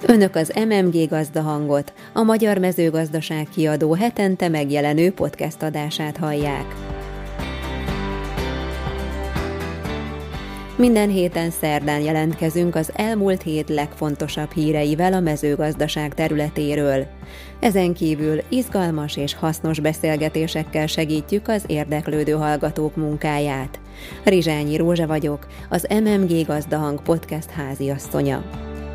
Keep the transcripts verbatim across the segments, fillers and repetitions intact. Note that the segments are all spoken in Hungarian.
Önök az em em gé Gazdahangot, a Magyar Mezőgazdaság Kiadó hetente megjelenő podcast adását hallják. Minden héten szerdán jelentkezünk az elmúlt hét legfontosabb híreivel a mezőgazdaság területéről. Ezen kívül izgalmas és hasznos beszélgetésekkel segítjük az érdeklődő hallgatók munkáját. Rizsányi Rózsa vagyok, az em em gé Gazdahang podcast háziasszonya.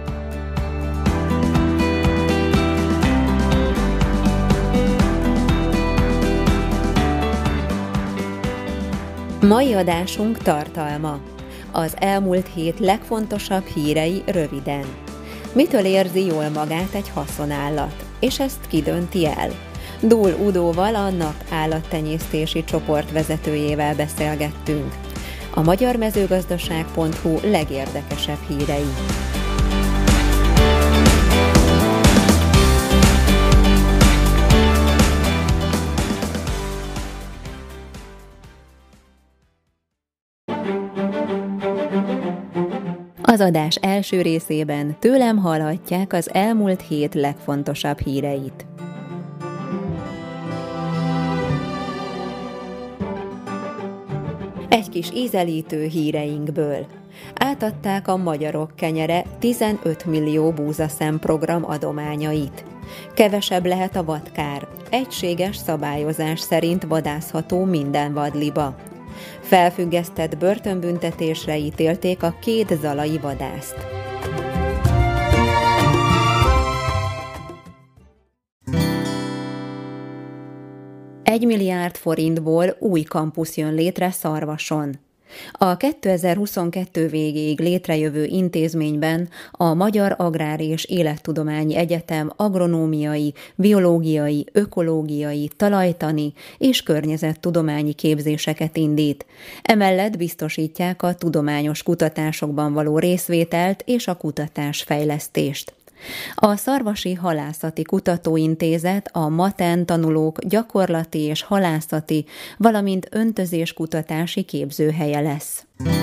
Mai adásunk tartalma. Az elmúlt hét legfontosabb hírei röviden. Mitől érzi jól magát egy haszonállat, és ezt ki dönti el? Dúl Udóval, a NAP állattenyésztési csoport vezetőjével beszélgettünk. A magyarmezőgazdaság pont hu legérdekesebb hírei. Az adás első részében tőlem hallhatják az elmúlt hét legfontosabb híreit. Egy kis ízelítő híreinkből. Átadták a Magyarok Kenyere tizenöt millió búzaszem program adományait. Kevesebb lehet a vadkár. Egységes szabályozás szerint vadászható minden vadliba. Felfüggesztett börtönbüntetésre ítélték a két zalai vadászt. Egy milliárd forintból új kampusz jön létre Szarvason. A kétezer-huszonkettő végéig létrejövő intézményben a Magyar Agrár és Élettudományi Egyetem agronómiai, biológiai, ökológiai, talajtani és környezettudományi képzéseket indít. Emellett biztosítják a tudományos kutatásokban való részvételt és a kutatásfejlesztést. A Szarvasi Halászati Kutatóintézet a maten tanulók gyakorlati és halászati, valamint öntözéskutatási képzőhelye lesz.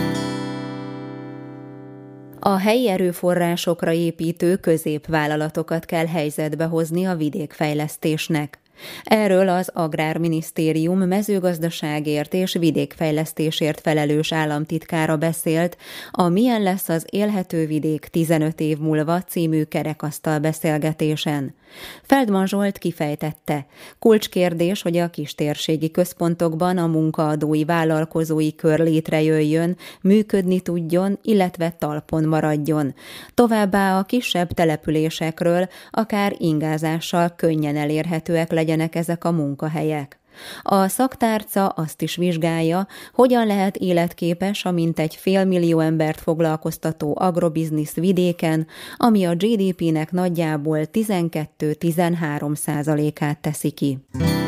A helyi erőforrásokra építő középvállalatokat kell helyzetbe hozni a vidékfejlesztésnek. Erről az Agrárminisztérium mezőgazdaságért és vidékfejlesztésért felelős államtitkára beszélt a Milyen lesz az élhető vidék tizenöt év múlva című kerekasztal beszélgetésen. Feldman Zsolt kifejtette, kulcskérdés, hogy a kistérségi központokban a munkaadói vállalkozói kör létrejöjjön, működni tudjon, illetve talpon maradjon. Továbbá a kisebb településekről akár ingázással könnyen elérhetőek legyenek ezek a munkahelyek. A szaktárca azt is vizsgálja, hogyan lehet életképes a mintegy félmillió embert foglalkoztató agrobiznisz vidéken, ami a gé dé pének nagyjából tizenkettő-tizenhárom százalékát teszi ki.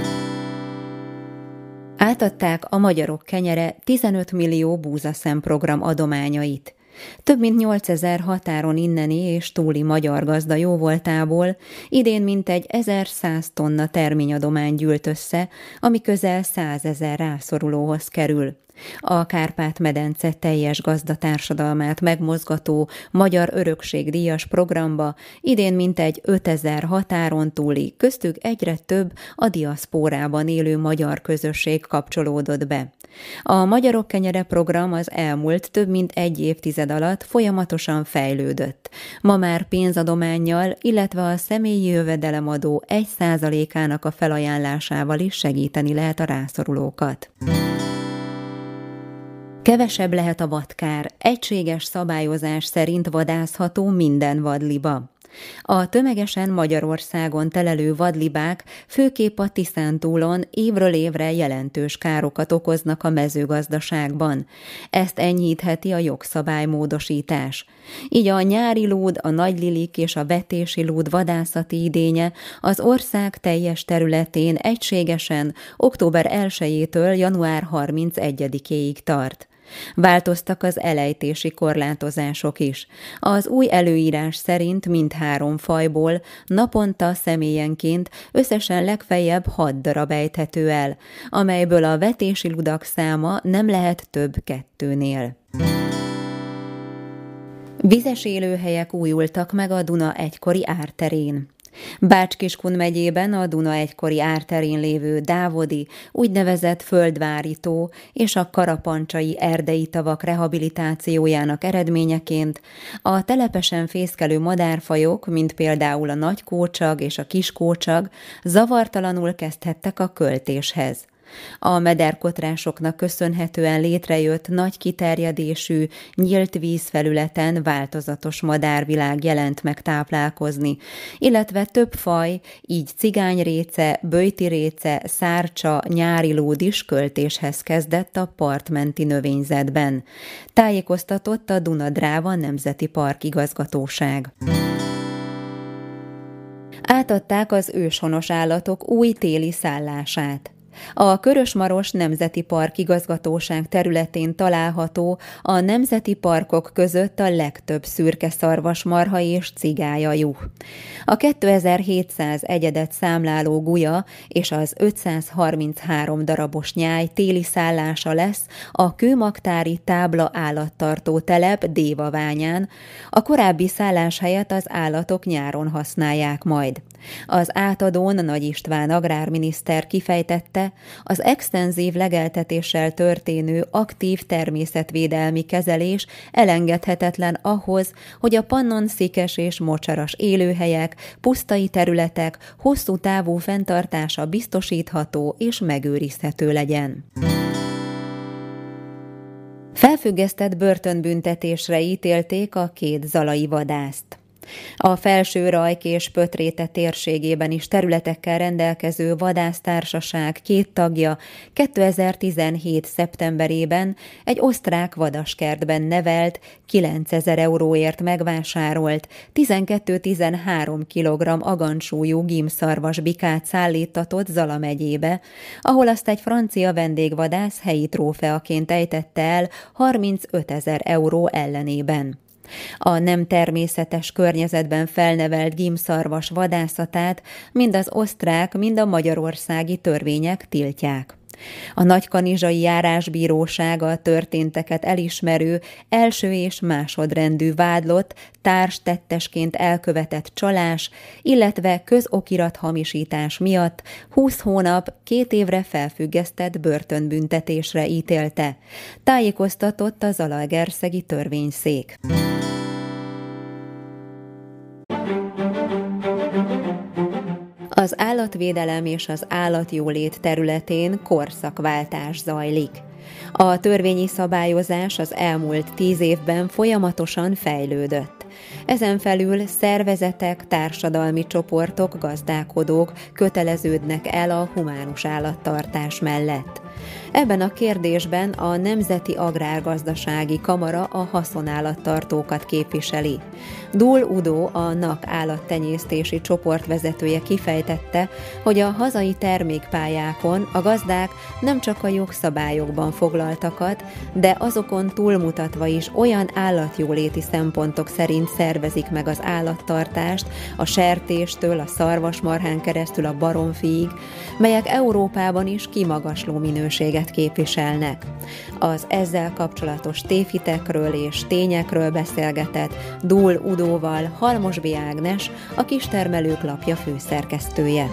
Átadták a Magyarok Kenyere tizenöt millió búzaszem program adományait. Több mint nyolcezer határon inneni és túli magyar gazda jóvoltából idén mintegy ezerszáz tonna terményadomány gyűlt össze, ami közel százezer rászorulóhoz kerül. A Kárpát-medence teljes gazdatársadalmát megmozgató Magyar Örökség díjas programba idén mintegy ötezer határon túli, köztük egyre több a diaszpórában élő magyar közösség kapcsolódott be. A Magyarok Kenyere program az elmúlt több mint egy évtized alatt folyamatosan fejlődött. Ma már pénzadománnyal, illetve a személyi jövedelemadó egy százalékának a felajánlásával is segíteni lehet a rászorulókat. Kevesebb lehet a vadkár, egységes szabályozás szerint vadászható minden vadliba. A tömegesen Magyarországon telelő vadlibák főképp a Tiszántúlon évről évre jelentős károkat okoznak a mezőgazdaságban. Ezt enyhítheti a jogszabálymódosítás. Így a nyári lúd, a nagylilik és a vetési lúd vadászati idénye az ország teljes területén egységesen október elsejétől január harmincegyedikéig tart. Változtak az elejtési korlátozások is. Az új előírás szerint mindhárom fajból naponta személyenként összesen legfeljebb hat darab ejthető el, amelyből a vetési ludak száma nem lehet több kettőnél. Vizes élőhelyek újultak meg a Duna egykori árterén. Bács-Kiskun megyében a Duna egykori árterén lévő Dávodi, úgynevezett földvárító és a karapancsai erdei tavak rehabilitációjának eredményeként a telepesen fészkelő madárfajok, mint például a nagykócsag és a kiskócsag, zavartalanul kezdhettek a költéshez. A mederkotrásoknak köszönhetően létrejött nagy kiterjedésű, nyílt vízfelületen változatos madárvilág jelent meg táplálkozni, illetve több faj, így cigányréce, böjtiréce, szárcsa, nyárilód is költéshez kezdett a partmenti növényzetben. Tájékoztatott a Duna-Dráva Nemzeti Park igazgatóság. Átadták az őshonos állatok új téli szállását. A Körösmaros Nemzeti Park igazgatóság területén található a nemzeti parkok között a legtöbb szürke szarvasmarha és cigályajuh. A kétezer-hétszáz egyedet számláló gulya és az ötszázharminchárom darabos nyáj téli szállása lesz a kőmagtári tábla állattartó telep Dévaványán, a korábbi szállás helyett az állatok nyáron használják majd. Az átadón Nagy István agrárminiszter kifejtette, az extenzív legeltetéssel történő aktív természetvédelmi kezelés elengedhetetlen ahhoz, hogy a pannonszikes és mocsaras élőhelyek, pusztai területek hosszú távú fenntartása biztosítható és megőrizhető legyen. Felfüggesztett börtönbüntetésre ítélték a két zalai vadászt. A Felső-Rajk és Pötréte térségében is területekkel rendelkező vadásztársaság két tagja kétezer-tizenhét szeptemberében egy osztrák vadaskertben nevelt, kilencezer euróért megvásárolt, tizenkettő-tizenhárom kilogramm agancsúlyú gímszarvas bikát szállítatott Zala megyébe, ahol azt egy francia vendégvadász helyi trófeaként ejtette el harmincötezer euró ellenében. A nem természetes környezetben felnevelt gímszarvas vadászatát mind az osztrák, mind a magyarországi törvények tiltják. A Nagykanizsai Járásbíróság a történteket elismerő, első és másodrendű vádlott, társtettesként elkövetett csalás, illetve közokirathamisítás miatt húsz hónap, két évre felfüggesztett börtönbüntetésre ítélte, tájékoztatott a zalaegerszegi törvényszék. Az állatvédelem és az állatjólét területén korszakváltás zajlik. A törvényi szabályozás az elmúlt tíz évben folyamatosan fejlődött. Ezen felül szervezetek, társadalmi csoportok, gazdálkodók köteleződnek el a humánus állattartás mellett. Ebben a kérdésben a Nemzeti Agrárgazdasági Kamara a haszonállattartókat képviseli. Dúl Udo, a en á ká állattenyésztési csoportvezetője kifejtette, hogy a hazai termékpályákon a gazdák nem csak a jogszabályokban foglaltakat, de azokon túlmutatva is olyan állatjóléti szempontok szerint szervezik meg az állattartást, a sertéstől a szarvasmarhán keresztül a baromfiig, melyek Európában is kimagasló minőséget képviselnek. Az ezzel kapcsolatos tévhitekről és tényekről beszélgetett Dúl Udóval Halmosby Ágnes, a Kistermelők lapja főszerkesztője.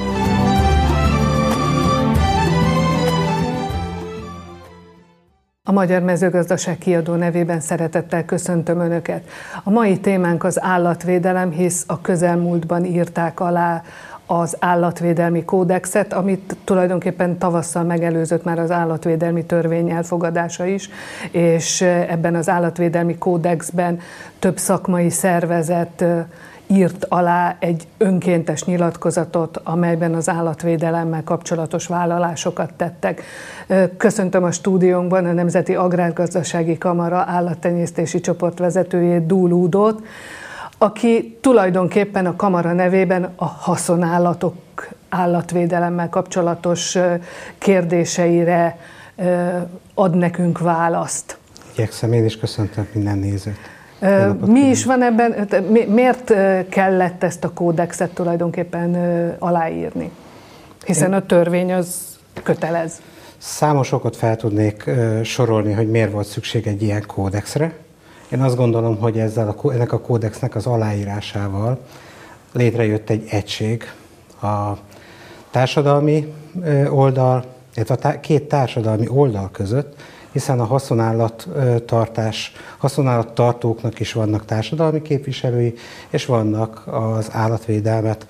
A Magyar Mezőgazdaság Kiadó nevében szeretettel köszöntöm Önöket. A mai témánk az állatvédelem, hisz a közelmúltban írták alá az állatvédelmi kódexet, amit tulajdonképpen tavasszal megelőzött már az állatvédelmi törvény elfogadása is, és ebben az állatvédelmi kódexben több szakmai szervezet írt alá egy önkéntes nyilatkozatot, amelyben az állatvédelemmel kapcsolatos vállalásokat tettek. Köszöntöm a stúdiónkban a Nemzeti Agrárgazdasági Kamara állattenyésztési csoportvezetőjét, Dúl Udót, aki tulajdonképpen a kamara nevében a haszonállatok állatvédelemmel kapcsolatos kérdéseire ad nekünk választ. Igyekszem, én is köszöntöm minden nézőt. Mi is van ebben, miért kellett ezt a kódexet tulajdonképpen aláírni? Hiszen a törvény az kötelez. Számos okot fel tudnék sorolni, hogy miért volt szükség egy ilyen kódexre. Én azt gondolom, hogy ezzel a, ennek a kódexnek az aláírásával létrejött egy egység a társadalmi oldal, illetve a két társadalmi oldal között, hiszen a haszonállattartás, haszonállattartóknak is vannak társadalmi képviselői, és vannak az állatvédelmet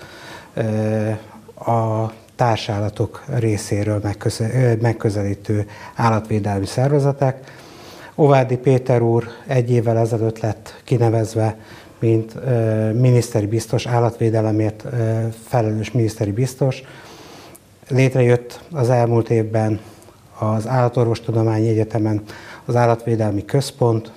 a társállatok részéről megközelítő állatvédelmi szervezetek. Óvárdi Péter úr egy évvel ezelőtt lett kinevezve, mint miniszteri biztos, állatvédelemért felelős miniszteri biztos. Létrejött az elmúlt évben az Állatorvostudományi Egyetemen az Állatvédelmi Központ.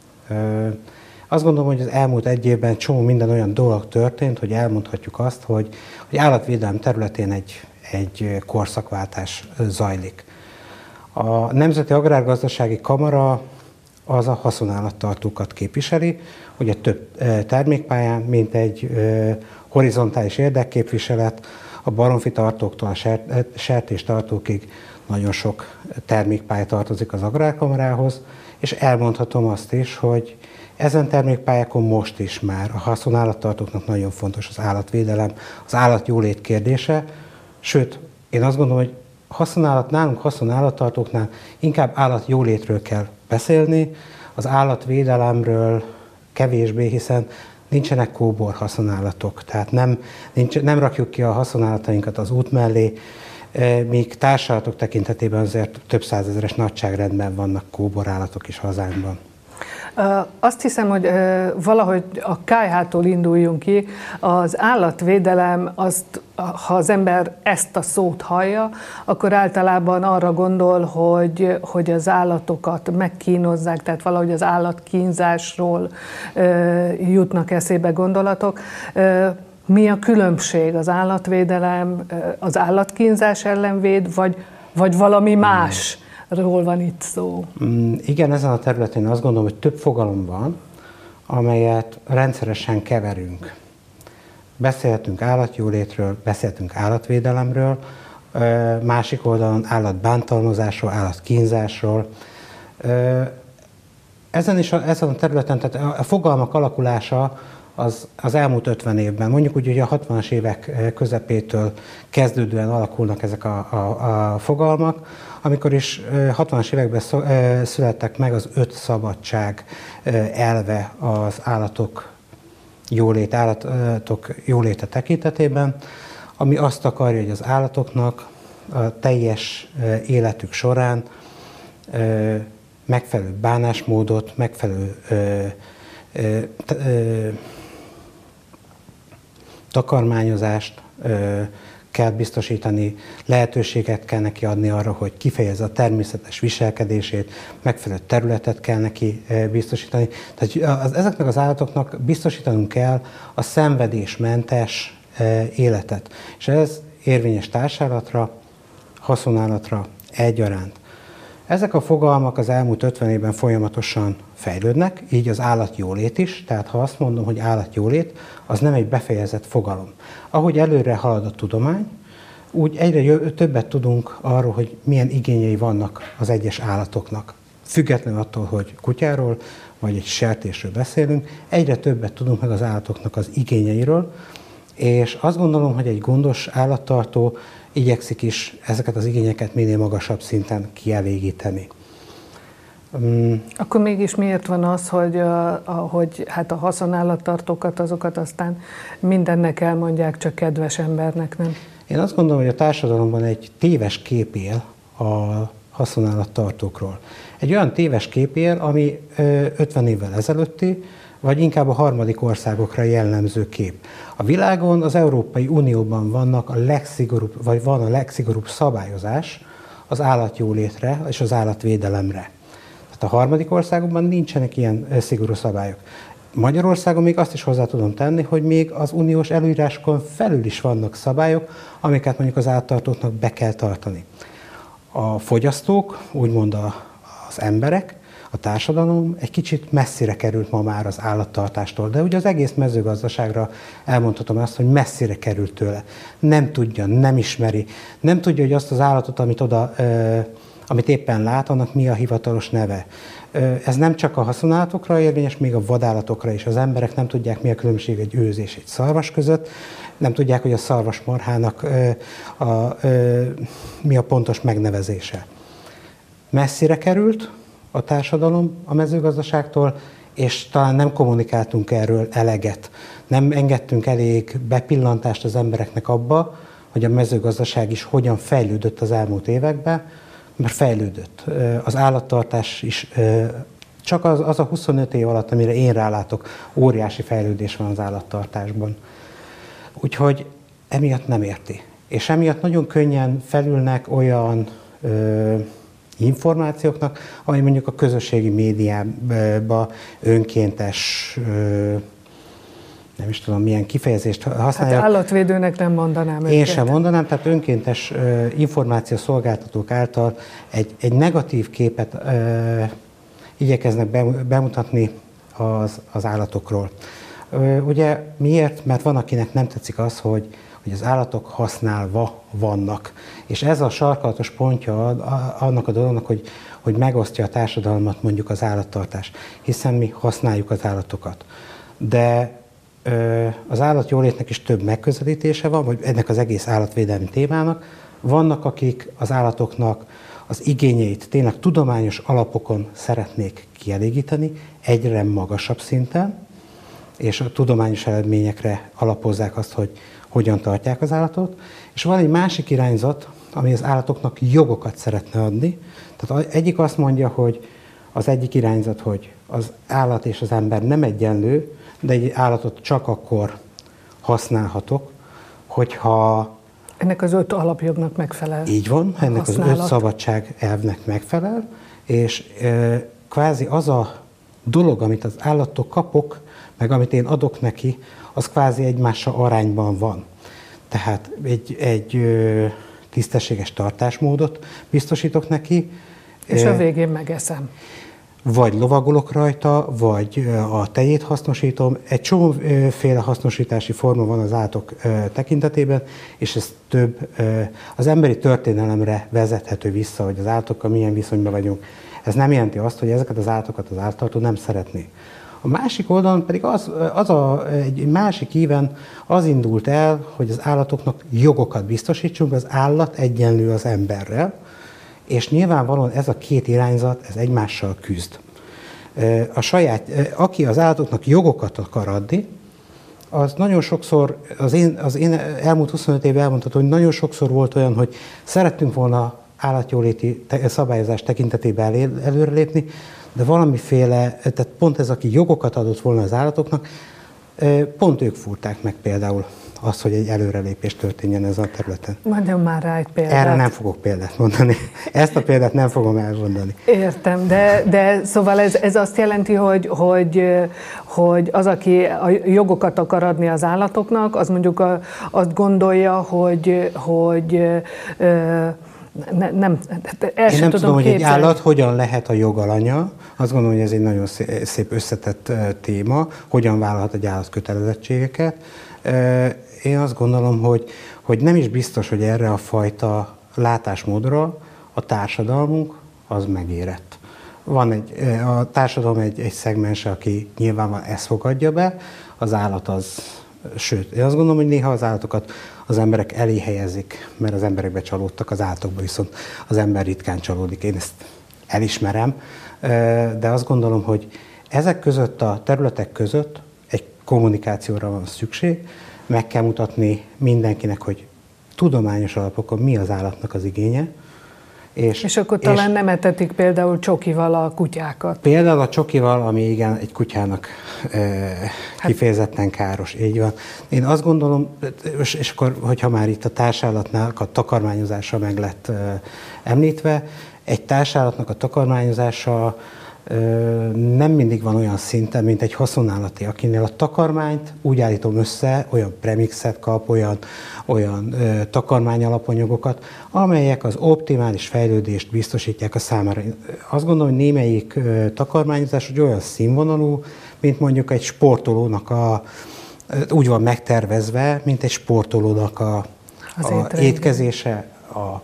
Azt gondolom, hogy az elmúlt egy évben csomó minden olyan dolog történt, hogy elmondhatjuk azt, hogy, hogy állatvédelem területén egy, egy korszakváltás zajlik. A Nemzeti Agrárgazdasági Kamara az a haszonállattartókat képviseli, ugye több termékpályán, mint egy horizontális érdekképviselet, a baromfitartóktól a sertéstartókig nagyon sok termékpálya tartozik az Agrárkamarához, és elmondhatom azt is, hogy ezen termékpályákon most is már a haszonállattartóknak nagyon fontos az állatvédelem, az állatjólét kérdése, sőt, én azt gondolom, hogy haszonállat, nálunk haszonállattartóknál inkább állatjólétről kell beszélni, az állatvédelemről kevésbé, hiszen nincsenek kóbor haszonállatok, tehát nem, nincs, nem rakjuk ki a haszonálatainkat az út mellé, míg társallatok tekintetében azért több százezeres nagyságrendben vannak kóborállatok is hazánkban. Azt hiszem, hogy valahogy a ká há-tól induljunk ki. Az állatvédelem, azt, ha az ember ezt a szót hallja, akkor általában arra gondol, hogy, hogy az állatokat megkínozzák, tehát valahogy az állatkínzásról jutnak eszébe gondolatok. Mi a különbség? Az állatvédelem az állatkínzás ellen véd, vagy, vagy valami más? Ról van itt szó? Igen, ezen a területen azt gondolom, hogy több fogalom van, amelyet rendszeresen keverünk. Beszélhetünk állatjólétről, beszélhetünk állatvédelemről, másik oldalon állatbántalmazásról, állatkínzásról. Ezen, is, ezen a területen, tehát a fogalmak alakulása az, az elmúlt ötven évben, mondjuk úgy, hogy a hatvanas évek közepétől kezdődően alakulnak ezek a, a, a fogalmak, amikor is hatvanas években születtek meg az öt szabadság elve az állatok jólét, állatok jóléte tekintetében, ami azt akarja, hogy az állatoknak a teljes életük során megfelelő bánásmódot, megfelelő takarmányozást kell biztosítani, lehetőséget kell neki adni arra, hogy kifejezze a természetes viselkedését, megfelelő területet kell neki biztosítani. Tehát az, ezeknek az állatoknak biztosítanunk kell a szenvedésmentes életet. És ez érvényes társállatra, haszonállatra egyaránt. Ezek a fogalmak az elmúlt ötven évben folyamatosan fejlődnek, így az állatjólét is, tehát ha azt mondom, hogy állatjólét, az nem egy befejezett fogalom. Ahogy előre halad a tudomány, úgy egyre többet tudunk arról, hogy milyen igényei vannak az egyes állatoknak. Függetlenül attól, hogy kutyáról vagy egy sertésről beszélünk, egyre többet tudunk meg az állatoknak az igényeiről, és azt gondolom, hogy egy gondos állattartó igyekszik is ezeket az igényeket minél magasabb szinten kielégíteni. Akkor mégis miért van az, hogy, a, hogy hát a haszonállattartókat, azokat aztán mindennek elmondják, csak kedves embernek nem? Én azt gondolom, hogy a társadalomban egy téves kép él a haszonállattartókról. Egy olyan téves kép él, ami ötven évvel ezelőtti, vagy inkább a harmadik országokra jellemző kép. A világon, az Európai Unióban vannak a legszigorúbb, vagy van a legszigorúbb szabályozás az állatjólétre és az állatvédelemre. Tehát a harmadik országokban nincsenek ilyen szigorú szabályok. Magyarországon még azt is hozzá tudom tenni, hogy még az uniós előírásokon felül is vannak szabályok, amiket mondjuk az állattartóknak be kell tartani. A fogyasztók, úgymond a, az emberek, a társadalom egy kicsit messzire került ma már az állattartástól, de ugye az egész mezőgazdaságra elmondhatom azt, hogy messzire került tőle. Nem tudja, nem ismeri, nem tudja, hogy azt az állatot, amit oda, amit éppen lát, annak mi a hivatalos neve. Ez nem csak a haszonállatokra érvényes, még a vadállatokra is. Az emberek nem tudják, mi a különbség egy őz és egy szarvas között, nem tudják, hogy a szarvasmarhának a, a, a, mi a pontos megnevezése. Messzire került a társadalom a mezőgazdaságtól, és talán nem kommunikáltunk erről eleget. Nem engedtünk elég bepillantást az embereknek abba, hogy a mezőgazdaság is hogyan fejlődött az elmúlt években, mert fejlődött. Az állattartás is, csak az, az a huszonöt év alatt, amire én rálátok, óriási fejlődés van az állattartásban. Úgyhogy emiatt nem érti. És emiatt nagyon könnyen felülnek olyan ö, információknak, ami mondjuk a közösségi médiában önkéntes, ö, nem is tudom, milyen kifejezést használják. Hát állatvédőnek nem mondanám őket. Én sem mondanám, tehát önkéntes ö, információszolgáltatók által egy, egy negatív képet ö, igyekeznek bemutatni az, az állatokról. Ö, ugye miért? Mert van, akinek nem tetszik az, hogy, hogy az állatok használva vannak. És ez a sarkalatos pontja annak a dolognak, hogy, hogy megosztja a társadalmat mondjuk az állattartás. Hiszen mi használjuk az állatokat. De az állatjólétnek is több megközelítése van, vagy ennek az egész állatvédelmi témának. Vannak, akik az állatoknak az igényeit tényleg tudományos alapokon szeretnék kielégíteni, egyre magasabb szinten, és a tudományos eredményekre alapozzák azt, hogy hogyan tartják az állatot. És van egy másik irányzat, ami az állatoknak jogokat szeretne adni. Tehát egyik azt mondja, hogy az egyik irányzat, hogy az állat és az ember nem egyenlő, de egy állatot csak akkor használhatok, hogyha... Ennek az öt alapjognak megfelel. Így van, ennek használat. Az öt szabadság elvnek megfelel, és e, kvázi az a dolog, amit az állattól kapok, meg amit én adok neki, az kvázi egymással arányban van. Tehát egy, egy ö, tisztességes tartásmódot biztosítok neki. És a végén megeszem. Vagy lovagolok rajta, vagy a tejét hasznosítom. Egy csomóféle hasznosítási forma van az állatok tekintetében, és ez több az emberi történelemre vezethető vissza, hogy az állatokkal milyen viszonyban vagyunk. Ez nem jelenti azt, hogy ezeket az állatokat az állattartó nem szeretné. A másik oldalon pedig az, az a, egy másik íven az indult el, hogy az állatoknak jogokat biztosítsunk, az állat egyenlő az emberrel, és nyilvánvalóan ez a két irányzat, ez egymással küzd. A saját, aki az állatoknak jogokat akar adni, az nagyon sokszor, az én, az én elmúlt huszonöt év elmondható, hogy nagyon sokszor volt olyan, hogy szerettünk volna állatjóléti szabályozás tekintetében el, előrelépni, de valamiféle, tehát pont ez, aki jogokat adott volna az állatoknak, pont ők fúrták meg például azt, hogy egy előrelépés történjen ezen a területen. Mondjam már rá egy példát. Erre nem fogok példát mondani. Ezt a példát nem fogom elmondani. Értem, de, de szóval ez, ez azt jelenti, hogy, hogy, hogy az, aki a jogokat akar adni az állatoknak, az mondjuk a, azt gondolja, hogy, hogy Ne, nem, el Én nem tudom, hogy képzelni. egy állat hogyan lehet a jogalanya. Azt gondolom, hogy ez egy nagyon szép összetett téma, hogyan vállalhat egy állat kötelezettségeket. Én azt gondolom, hogy, hogy nem is biztos, hogy erre a fajta látásmódra a társadalmunk az megérett. Van egy, a társadalom egy, egy szegmens, aki nyilvánvalóan ezt fogadja be, az állat az, sőt, én azt gondolom, hogy néha az állatokat az emberek elé helyezik, mert az emberekbe csalódtak, az állatokba viszont az ember ritkán csalódik. Én ezt elismerem, de azt gondolom, hogy ezek között a területek között egy kommunikációra van szükség, meg kell mutatni mindenkinek, hogy tudományos alapokon mi az állatnak az igénye. És, és akkor talán és nem etetik például csokival a kutyákat. Például a csokival, ami igen egy kutyának e, kifejezetten káros, így van. Én azt gondolom, és, és akkor, hogyha már itt a társállatnál a takarmányozása meg lett e, említve, egy társállatnak a takarmányozása e, nem mindig van olyan szinten, mint egy haszonállati, akinél a takarmányt úgy állítom össze, olyan premixet kap, olyan, olyan ö, takarmány alapanyagokat, amelyek az optimális fejlődést biztosítják a számára. Azt gondolom, hogy némelyik ö, takarmányozás hogy olyan színvonalú, mint mondjuk egy sportolónak a, úgy van megtervezve, mint egy sportolónak a, a étkezése, a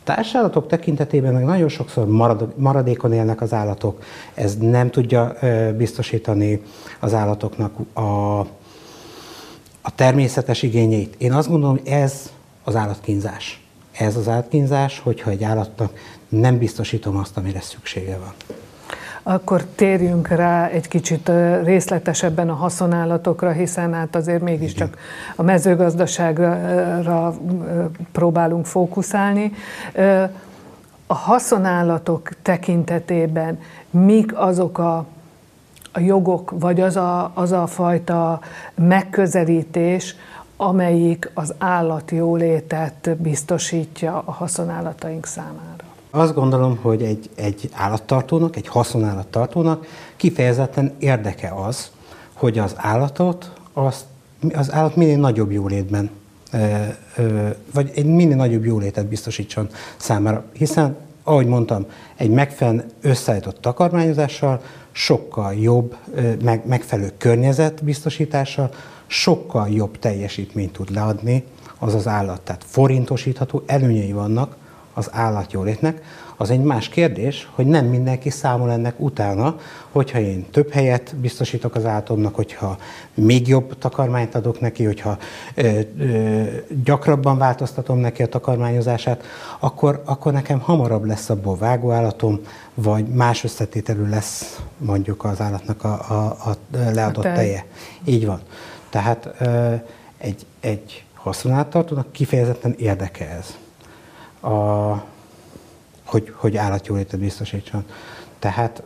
társállatok tekintetében meg nagyon sokszor marad, maradékon élnek az állatok, ez nem tudja biztosítani az állatoknak a, a természetes igényeit. Én azt gondolom, hogy ez az állatkínzás. Ez az állatkínzás, hogyha egy állatnak nem biztosítom azt, amire szüksége van. Akkor térjünk rá egy kicsit részletesebben a haszonállatokra, hiszen hát azért mégiscsak a mezőgazdaságra próbálunk fókuszálni. A haszonállatok tekintetében mik azok a, a jogok, vagy az a, az a fajta megközelítés, amelyik az állatjólétet biztosítja a haszonállataink számára? Azt gondolom, hogy egy, egy állattartónak, egy haszonállattartónak kifejezetten érdeke az, hogy az állatot, az, az állat minél nagyobb jólétben, vagy egy minél nagyobb jólétet biztosítson számára. Hiszen, ahogy mondtam, egy megfelelően összeállított takarmányozással, sokkal jobb, meg, megfelelő környezet biztosítással, sokkal jobb teljesítményt tud leadni az az állat. Tehát forintosítható előnyei vannak az állatjólétnek. Az egy más kérdés, hogy nem mindenki számol ennek utána, hogyha én több helyet biztosítok az állatomnak, hogyha még jobb takarmányt adok neki, hogyha ö, ö, gyakrabban változtatom neki a takarmányozását, akkor, akkor nekem hamarabb lesz abból vágóállatom, vagy más összetételű lesz mondjuk az állatnak a, a, a leadott a teje. Így van. Tehát ö, egy, egy haszonállattartónak kifejezetten érdeke ez. A, hogy, hogy állatjólétet biztosítson. Tehát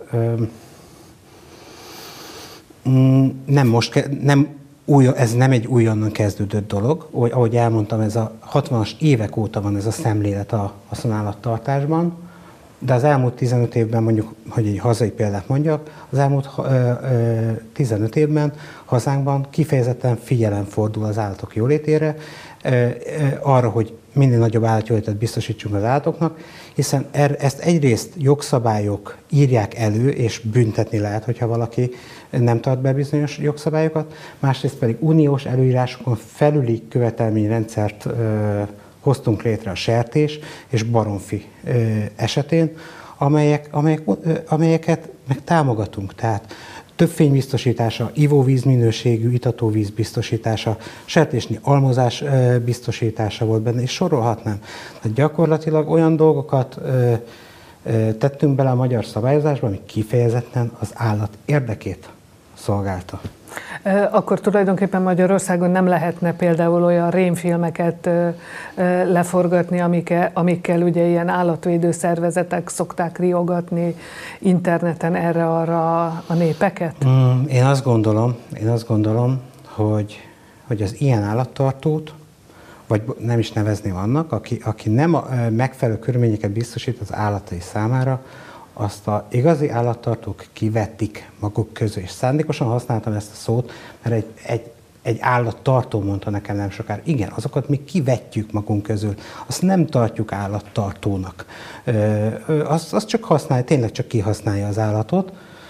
öm, nem most, nem új, ez nem egy újonnan kezdődött dolog, ahogy elmondtam, ez a hatvanas évek óta van ez a szemlélet a haszonállattartásban, de az elmúlt tizenöt évben, mondjuk, hogy egy hazai példát mondjak, az elmúlt ö, ö, tizenöt évben hazánkban kifejezetten figyelem fordul az állatok jólétére, ö, ö, arra, hogy minél nagyobb állatjólétet biztosítsunk az állatoknak, hiszen er, ezt egyrészt jogszabályok írják elő, és büntetni lehet, hogyha valaki nem tart be bizonyos jogszabályokat, másrészt pedig uniós előírásokon felüli követelményrendszert ö, hoztunk létre a sertés és baromfi ö, esetén, amelyek, amelyek, ö, amelyeket meg támogatunk. Tehát több fénybiztosítása, ivóvíz minőségű itatóvíz biztosítása, sertésnyi almozás ö, biztosítása volt benne, és sorolhatnám. Tehát gyakorlatilag olyan dolgokat ö, ö, tettünk bele a magyar szabályozásba, ami kifejezetten az állat érdekét szolgálta. Akkor tulajdonképpen Magyarországon nem lehetne például olyan rémfilmeket leforgatni, amikkel, amikkel ugye ilyen állatvédő szervezetek szokták riogatni interneten erre-arra a népeket? Mm, én azt gondolom, én azt gondolom, hogy, hogy az ilyen állattartót, vagy nem is nevezném annak, aki, aki nem a megfelelő körülményeket biztosít az állatai számára, azt az igazi állattartók kivetik maguk közül. És szándékosan használtam ezt a szót, mert egy, egy, egy állattartó mondta nekem nem sokára. Igen, azokat mi kivetjük magunk közül, azt nem tartjuk állattartónak. Azt, azt csak használja, tényleg csak kihasználja az állatot.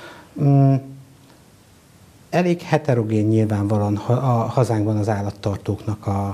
Elég heterogén nyilvánvalóan a hazánkban az állattartóknak a,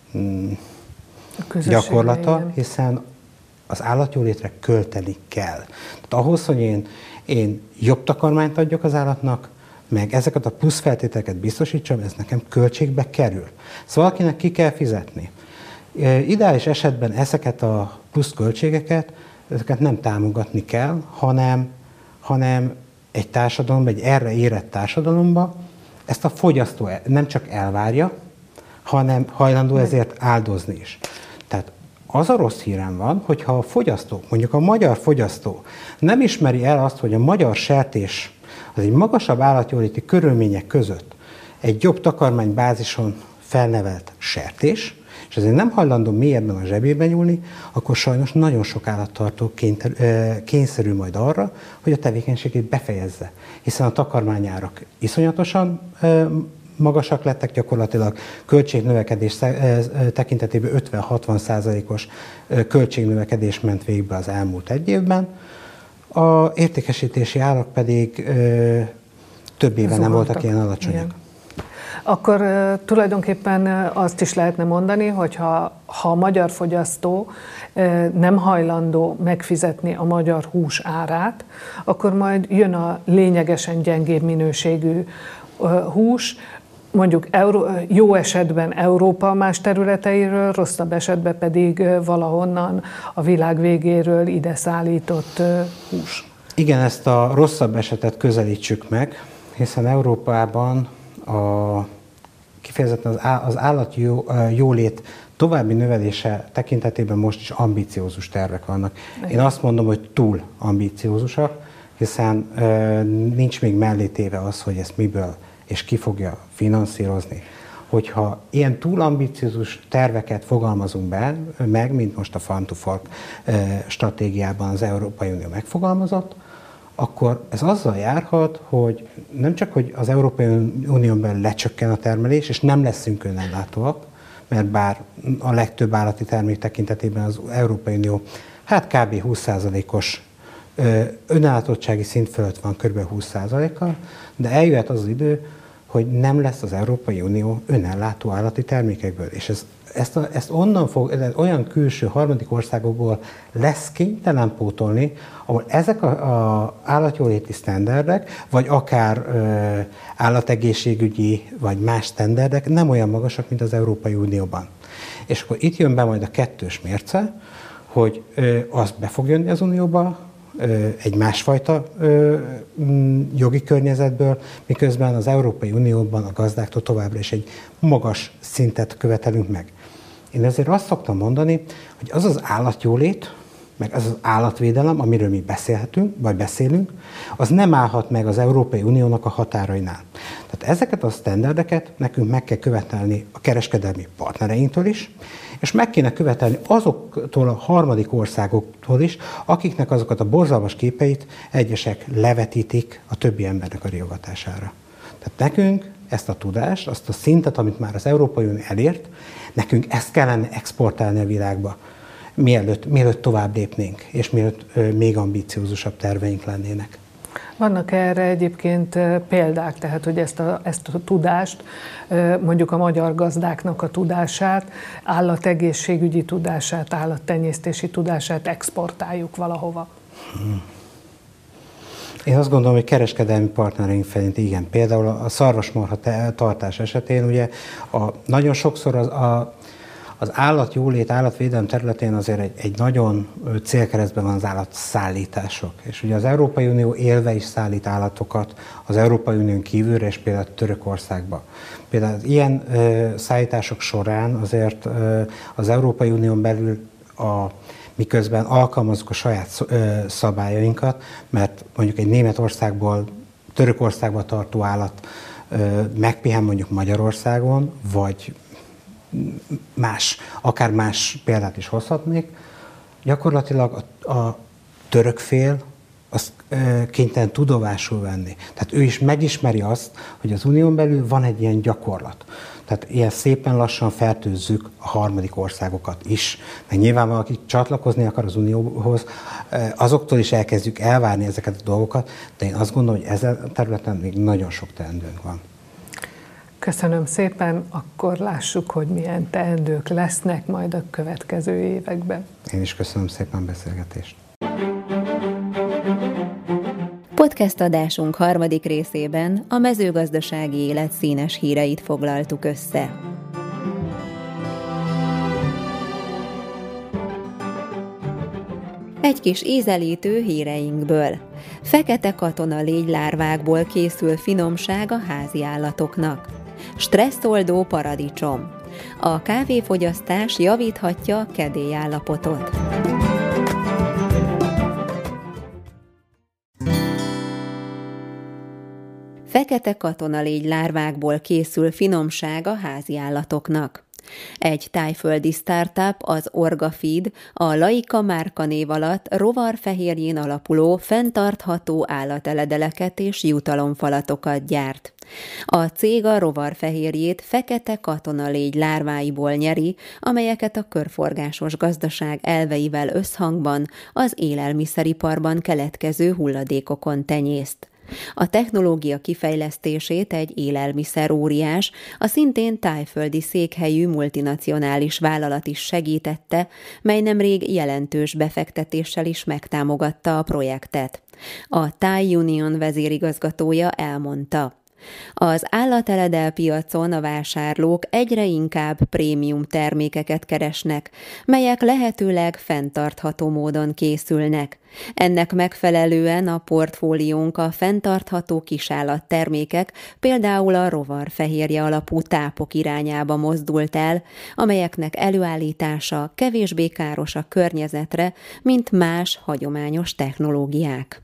a gyakorlata, hiszen az állatjólétre költeni kell. Tehát ahhoz, hogy én, én jobb takarmányt adjak az állatnak, meg ezeket a plusz feltételeket biztosítsam, ez nekem költségbe kerül. Szóval akinek ki kell fizetni. Ideális esetben ezeket a plusz költségeket, ezeket nem támogatni kell, hanem, hanem egy társadalomba, egy erre érett társadalomba ezt a fogyasztó nem csak elvárja, hanem hajlandó ezért áldozni is. Tehát az a rossz hírem van, hogyha a fogyasztó, mondjuk a magyar fogyasztó nem ismeri el azt, hogy a magyar sertés az egy magasabb állatjóléti körülmények között egy jobb takarmánybázison felnevelt sertés, és ezért nem hajlandó mélyebben a zsebébe nyúlni, akkor sajnos nagyon sok állattartó kényszerül majd arra, hogy a tevékenységét befejezze. Hiszen a takarmányárak iszonyatosan magasak lettek, gyakorlatilag költségnövekedés tekintetében ötven-hatvan százalékos költségnövekedés ment végbe az elmúlt egy évben. A értékesítési árak pedig ö, több éve nem voltak ilyen alacsonyak. Igen. Akkor uh, tulajdonképpen azt is lehetne mondani, hogy ha, ha a magyar fogyasztó uh, nem hajlandó megfizetni a magyar hús árát, akkor majd jön a lényegesen gyengébb minőségű uh, hús, mondjuk Euró- jó esetben Európa más területeiről, rosszabb esetben pedig valahonnan a világ végéről ide szállított hús. Igen, ezt a rosszabb esetet közelítsük meg, hiszen Európában a, kifejezetten az állat jó, jólét további növelése tekintetében most is ambiciózus tervek vannak. Én azt mondom, hogy túl ambiciózusak, hiszen nincs még mellé téve az, hogy ezt miből és ki fogja finanszírozni. Hogyha ilyen túl ambiciózus terveket fogalmazunk be, meg, mint most a Farm to Fork stratégiában az Európai Unió megfogalmazott, akkor ez azzal járhat, hogy nem csak, hogy az Európai Unión belül lecsökken a termelés, és nem leszünk önellátóak, mert bár a legtöbb állati termék tekintetében az Európai Unió hát kb. húsz százalékos önellátottsági szint fölött van, kb. húsz százalékkal, de eljöhet az, az idő, hogy nem lesz az Európai Unió önellátó állati termékekből. És ez, ezt, a, ezt onnan fog, olyan külső harmadik országokból lesz kénytelen pótolni, ahol ezek az állatjóléti sztenderdek, vagy akár ö, állategészségügyi, vagy más sztenderdek nem olyan magasak, mint az Európai Unióban. És akkor itt jön be majd a kettős mérce, hogy ö, az be fog jönni az Unióba, egy másfajta jogi környezetből, miközben az Európai Unióban a gazdáktól továbbra is egy magas szintet követelünk meg. Én ezért azt szoktam mondani, hogy az az állatjólét, meg az az állatvédelem, amiről mi beszélhetünk, vagy beszélünk, az nem állhat meg az Európai Uniónak a határainál. Tehát ezeket a sztenderdeket nekünk meg kell követelni a kereskedelmi partnereinktől is, és meg kéne követelni azoktól a harmadik országoktól is, akiknek azokat a borzalmas képeit egyesek levetítik a többi embernek a riogatására. Tehát nekünk ezt a tudást, azt a szintet, amit már az Európai Unió elért, nekünk ezt kellene exportálni a világba, mielőtt, mielőtt tovább lépnénk, és mielőtt még ambiciózusabb terveink lennének. Vannak erre egyébként példák, tehát hogy ezt a, ezt a tudást, mondjuk a magyar gazdáknak a tudását, állategészségügyi tudását, állattenyésztési tudását exportáljuk valahova? Hmm. Én azt gondolom, hogy kereskedelmi partnereink felé igen. Például a szarvasmarha tartás esetén ugye a, nagyon sokszor az, a, az állatjólét, állatvédelem területén azért egy, egy nagyon célkeresztben van az állatszállítások. És ugye az Európai Unió élve is szállít állatokat az Európai Unión kívülre, és például Törökországba. Például az ilyen ö, szállítások során azért ö, az Európai Unión belül a miközben alkalmazzuk a saját szabályainkat, mert mondjuk egy Németországból Törökországba tartó állat megpihen mondjuk Magyarországon, vagy más, akár más példát is hozhatnék, gyakorlatilag a, a török fél azt kénytelen tudomásul venni. Tehát ő is megismeri azt, hogy az unión belül van egy ilyen gyakorlat. Tehát ilyen szépen lassan fertőzzük a harmadik országokat is. Meg nyilván valaki csatlakozni akar az unióhoz, azoktól is elkezdjük elvárni ezeket a dolgokat, de én azt gondolom, hogy ezen a területen még nagyon sok teendőnk van. Köszönöm szépen, akkor lássuk, hogy milyen teendők lesznek majd a következő években. Én is köszönöm szépen a beszélgetést. Podcast adásunk harmadik részében a mezőgazdasági élet színes híreit foglaltuk össze. Egy kis ízelítő híreinkből. Fekete katona légylárvákból készül finomság a házi állatoknak. Stresszoldó paradicsom. A kávéfogyasztás javíthatja a kedélyállapotot. Fekete katonalégy lárvákból készül finomság a háziállatoknak. Egy tájföldi startup, az Orgafeed, a Laika márka név alatt rovarfehérjén alapuló, fenntartható állateledeleket és jutalomfalatokat gyárt. A cég a rovarfehérjét fekete katonalégy lárváiból nyeri, amelyeket a körforgásos gazdaság elveivel összhangban az élelmiszeriparban keletkező hulladékokon tenyészt. A technológia kifejlesztését egy élelmiszeróriás, a szintén tájföldi székhelyű multinacionális vállalat is segítette, mely nemrég jelentős befektetéssel is megtámogatta a projektet. A Thai Union vezérigazgatója elmondta: az állateledel piacon a vásárlók egyre inkább prémium termékeket keresnek, melyek lehetőleg fenntartható módon készülnek. Ennek megfelelően a portfóliónk a fenntartható kisállattermékek, például a rovarfehérje alapú tápok irányába mozdult el, amelyeknek előállítása kevésbé káros a környezetre, mint más hagyományos technológiák.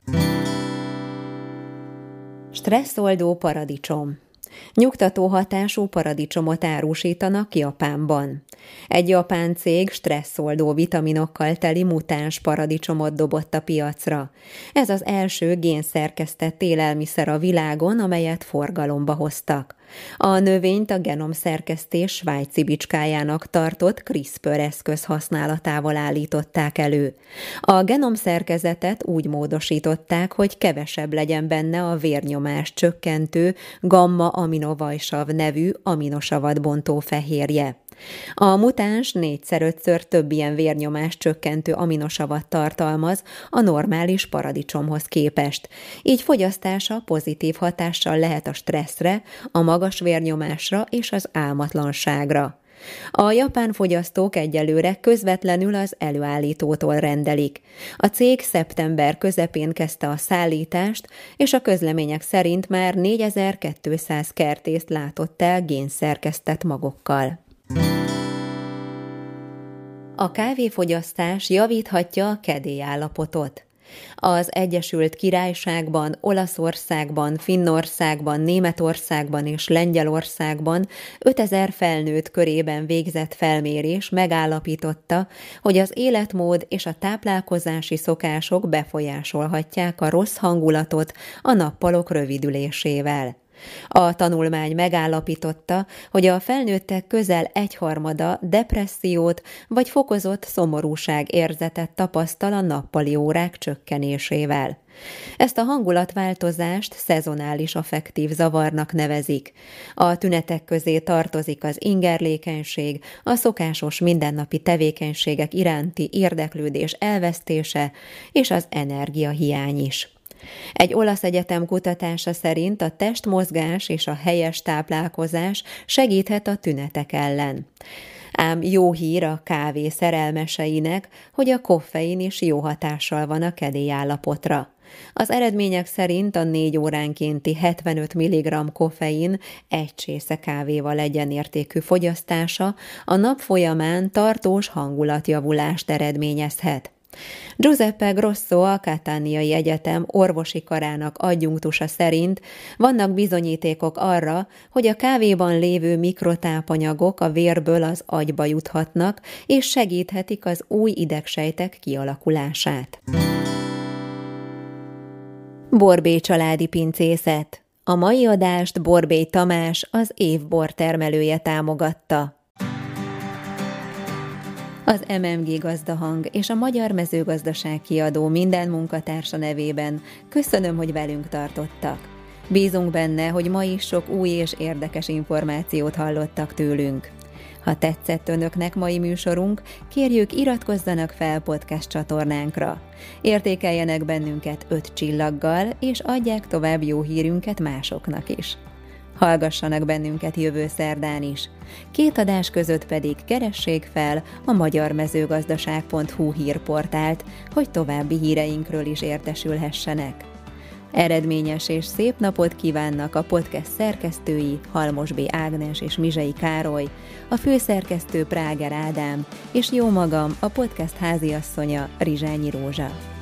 Stresszoldó paradicsom. Nyugtató hatású paradicsomot árusítanak Japánban. Egy japán cég stresszoldó vitaminokkal teli mutáns paradicsomot dobott a piacra. Ez az első génszerkesztett élelmiszer a világon, amelyet forgalomba hoztak. A növényt a genomszerkesztés svájci bicskájának tartott CRISPR eszköz használatával állították elő. A genomszerkezetet úgy módosították, hogy kevesebb legyen benne a vérnyomás csökkentő gamma-aminovajsav nevű aminosavat bontó fehérje. A mutáns négyszer-ötször több ilyen vérnyomás csökkentő aminosavat tartalmaz a normális paradicsomhoz képest. Így fogyasztása pozitív hatással lehet a stresszre, a magas vérnyomásra és az álmatlanságra. A japán fogyasztók egyelőre közvetlenül az előállítótól rendelik. A cég szeptember közepén kezdte a szállítást, és a közlemények szerint már négyezer-kétszáz kertészt látott el génszerkesztett magokkal. A kávéfogyasztás javíthatja a kedélyállapotot. Az Egyesült Királyságban, Olaszországban, Finnországban, Németországban és Lengyelországban ötezer felnőtt körében végzett felmérés megállapította, hogy az életmód és a táplálkozási szokások befolyásolhatják a rossz hangulatot a nappalok rövidülésével. A tanulmány megállapította, hogy a felnőttek közel egyharmada depressziót vagy fokozott szomorúság érzetet tapasztal a nappali órák csökkenésével. Ezt a hangulatváltozást szezonális affektív zavarnak nevezik. A tünetek közé tartozik az ingerlékenység, a szokásos mindennapi tevékenységek iránti érdeklődés elvesztése és az energiahiány is. Egy olasz egyetem kutatása szerint a testmozgás és a helyes táplálkozás segíthet a tünetek ellen. Ám jó hír a kávé szerelmeseinek, hogy a koffein is jó hatással van a kedélyállapotra. Az eredmények szerint a négy óránkénti hetvenöt milligramm koffein egy csésze kávéval egyenértékű fogyasztása a nap folyamán tartós hangulatjavulást eredményezhet. Giuseppe Grosso, a Cataniai Egyetem orvosi karának adjunktusa szerint vannak bizonyítékok arra, hogy a kávéban lévő mikrotápanyagok a vérből az agyba juthatnak, és segíthetik az új idegsejtek kialakulását. Borbély családi pincészet. A mai adást Borbély Tamás, az év bortermelője támogatta. Az em em gé Gazdahang és a Magyar Mezőgazdaság Kiadó minden munkatársa nevében köszönöm, hogy velünk tartottak. Bízunk benne, hogy ma is sok új és érdekes információt hallottak tőlünk. Ha tetszett önöknek mai műsorunk, kérjük, iratkozzanak fel podcast csatornánkra. Értékeljenek bennünket öt csillaggal, és adják tovább jó hírünket másoknak is. Hallgassanak bennünket jövő szerdán is. Két adás között pedig keressék fel a magyarmezőgazdaság pont hu hírportált, hogy további híreinkről is értesülhessenek. Eredményes és szép napot kívánnak a podcast szerkesztői Halmos B. Ágnes és Mizsei Károly, a főszerkesztő Práger Ádám, és jó magam, a podcast háziasszonya Rizsányi Rózsa.